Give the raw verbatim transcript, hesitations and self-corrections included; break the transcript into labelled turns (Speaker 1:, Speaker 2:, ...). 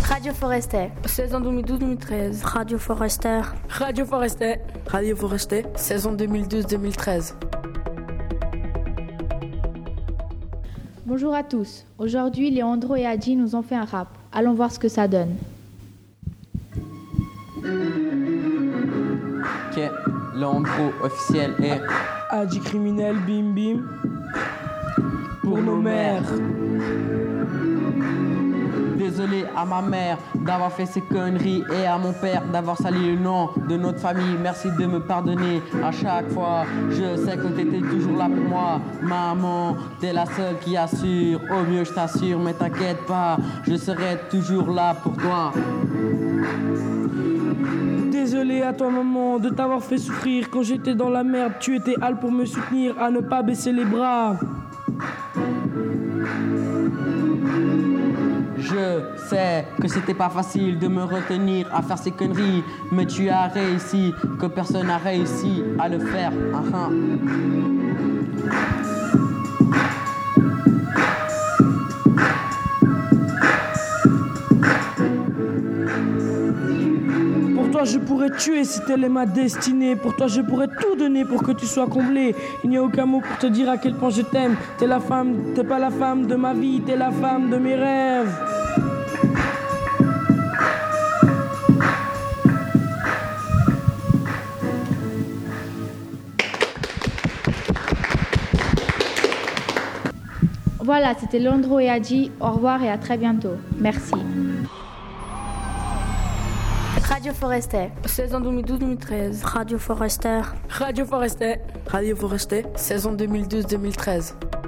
Speaker 1: Radio Forester.
Speaker 2: Saison deux mille douze deux mille treize.
Speaker 1: Radio Forester.
Speaker 2: Radio Forester.
Speaker 3: Radio Forester.
Speaker 2: Saison deux mille douze deux mille treize.
Speaker 4: Bonjour à tous. Aujourd'hui, Leandro et Adi nous ont fait un rap. Allons voir ce que ça donne.
Speaker 5: Ok, Leandro officiel et
Speaker 3: Adi criminel, bim bim. Pour nos mères.
Speaker 5: Désolé à ma mère d'avoir fait ces conneries et à mon père d'avoir sali le nom de notre famille. Merci de me pardonner à chaque fois. Je sais que t'étais toujours là pour moi. Maman, t'es la seule qui assure. Au mieux, je t'assure, mais t'inquiète pas, je serai toujours là pour toi.
Speaker 3: Désolé à toi maman de t'avoir fait souffrir. Quand j'étais dans la merde, tu étais hal pour me soutenir, à ne pas baisser les bras.
Speaker 5: Je sais que c'était pas facile de me retenir à faire ces conneries, mais tu as réussi, que personne n'a réussi à le faire. Uh-huh.
Speaker 3: Pour toi je pourrais tuer si telle est ma destinée. Pour toi je pourrais tout donner pour que tu sois comblé. Il n'y a aucun mot pour te dire à quel point je t'aime. T'es la femme, t'es pas la femme de ma vie, t'es la femme de mes rêves.
Speaker 4: Voilà, c'était Leandro et Adi. Au revoir et à très bientôt. Merci.
Speaker 1: Radio Forester.
Speaker 2: Saison deux mille douze deux mille treize.
Speaker 1: Radio Forester.
Speaker 2: Radio Forester.
Speaker 3: Radio Forester.
Speaker 2: Saison deux mille douze deux mille treize.